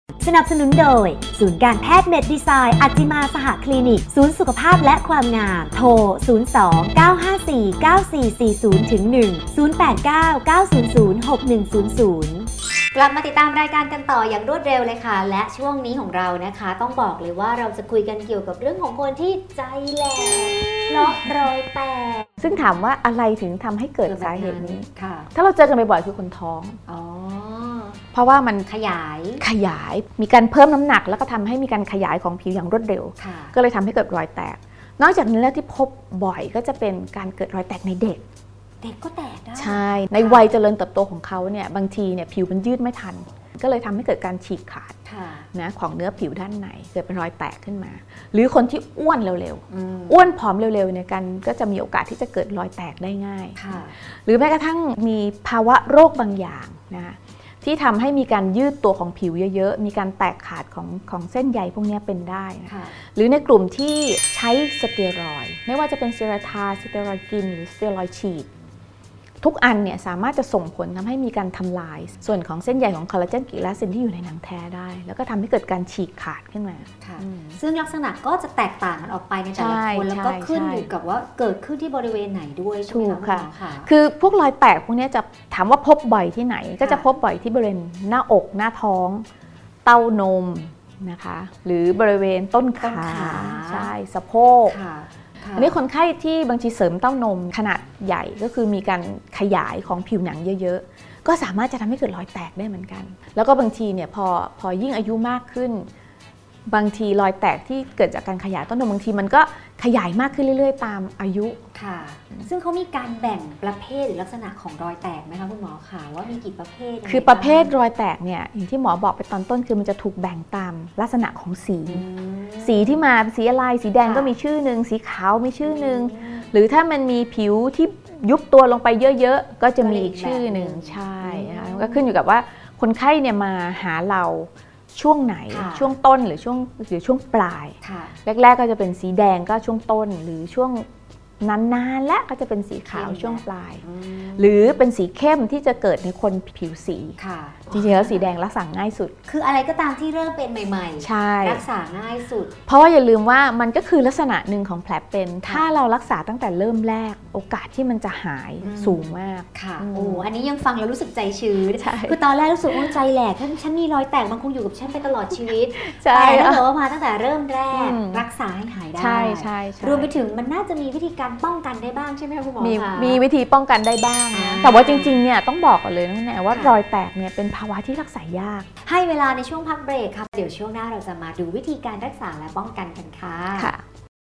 สนับสนุนโดยศูนย์การแพทย์เมดดีไซน์อัจจิมาสหคลินิกศูนย์สุขภาพและความงามโทร 02-954-9401-089-900-6100 กลับมาติดตามรายการกันต่ออย่างรวดเร็วเลยค่ะและช่วงนี้ของเรานะคะต้องบอกเลยว่าเราจะคุยกันเกี่ยวกับเรื่องของคนที่ใจแหลกเพราะรอยแตกซึ่งถามว่าอะไรถึงทำให้เกิดสาเหตุนี้ถ้าเราเจอกันบ่อยๆคือคนท้องเพราะว่ามันขยายมีการเพิ่มน้ำหนักแล้วก็ทำให้มีการขยายของผิวอย่างรวดเร็วก็เลยทำให้เกิดรอยแตกนอกจากนี้แล้วที่พบบ่อยก็จะเป็นการเกิดรอยแตกในเด็กก็แตกได้ใช่ในวัยเจริญเติบโตของเขาเนี่ยบางทีเนี่ยผิวมันยืดไม่ทันก็เลยทำให้เกิดการฉีกขาดนะของเนื้อผิวด้านในเกิดเป็นรอยแตกขึ้นมาหรือคนที่อ้วนเร็วๆอ้วนผอมเร็วๆเนี่ยกันก็จะมีโอกาสที่จะเกิดรอยแตกได้ง่ายหรือแม้กระทั่งมีภาวะโรคบางอย่างนะที่ทำให้มีการยืดตัวของผิวเยอะๆมีการแตกขาดของเส้นใยพวกนี้เป็นได้นะหรือในกลุ่มที่ใช้สเตียรอยด์ไม่ว่าจะเป็นสเตียรอยด์ทาสเตียรอยด์กินหรือสเตียรอยด์ฉีดทุกอันเนี่ยสามารถจะส่งผลทำให้มีการทำลายส่วนของเส้นใยของคอลลาเจนกีลาเซนที่อยู่ในหนังแท้ได้แล้วก็ทำให้เกิดการฉีกขาดขึ้นมาซึ่งลักษณะก็จะแตกต่างกันออกไปในแต่ละคนแล้วก็ขึ้นอยู่กับว่าเกิดขึ้นที่บริเวณไหนด้วยใช่ไหมคะคือพวกรอยแตกพวกนี้จะถามว่าพบบ่อยที่ไหนก็จะพบบ่อยที่บริเวณหน้าอกหน้าท้องเต้านมนะคะหรือบริเวณต้นขาใช่สะโพกอันนี้คนไข้ที่บางทีเสริมเต้านมขนาดใหญ่ก็คือมีการขยายของผิวหนังเยอะๆก็สามารถจะทำให้เกิดรอยแตกได้เหมือนกันแล้วก็บางทีเนี่ยพอยิ่งอายุมากขึ้นบางทีรอยแตกที่เกิดจากการขยายเต้านมบางทีมันก็ขยายมากขึ้นเรื่อยๆตามอายุค่ะซึ่งเขามีการแบ่งประเภทหรือลักษณะของรอยแตกไหมคะคุณหมอคะว่ามีกี่ประเภทคือประเภทรอยแตกเนี่ยอย่างที่หมอบอกไปตอนต้นคือมันจะถูกแบ่งตามลักษณะของสีที่มาสีอะไรสีแดงก็มีชื่อหนึ่งสีขาวมีชื่อหนึ่งหรือถ้ามันมีผิวที่ยุบตัวลงไปเยอะๆก็จะมีอีกชื่อหนึ่งใช่ก็ขึ้นอยู่กับว่าคนไข้เนี่ยมาหาเราช่วงไหนช่วงต้นหรือช่วงปลายแรกๆก็จะเป็นสีแดงก็ช่วงต้นหรือช่วงนานๆและก็จะเป็นสีขาวช่วงปลายหรือเป็นสีเข้มที่จะเกิดในคนผิวสีจริงๆแล้วสีแดงรักษาง่ายสุดคืออะไรก็ตามที่เริ่มเป็นใหม่ๆรักษาง่ายสุดเพราะว่าอย่าลืมว่ามันก็คือลักษณะหนึ่งของแผลเป็นถ้าเรารักษาตั้งแต่เริ่มแรกโอกาสที่มันจะหายสูงมากค่ะโอ้อันนี้ยังฟังแล้วรู้สึกใจชื้นคือตอนแรกรู้สึกว่าใจแหลกฉันมีรอยแตกมันคงอยู่กับฉันไปตลอดชีวิตแต่ถ้าเกิดว่ามาตั้งแต่เริ่มแรกรักษาให้หายได้ใช่รวมไปถึงมันน่าจะมีวิธีการป้องกันได้บ้างใช่ไหมคะคุณหมอมีวิธีป้องกันได้บ้างนะแต่ว่าจริงๆเนี่ยต้องบอกก่อนเลยนะแน่ว่ารอยแตกเนี่ยเป็นภาวะที่รักษายากให้เวลาในช่วงพักเบรกค่ะเดี๋ยวช่วงหน้าเราจะมาดูวิธีการรักษาและป้องกันกันค่ะ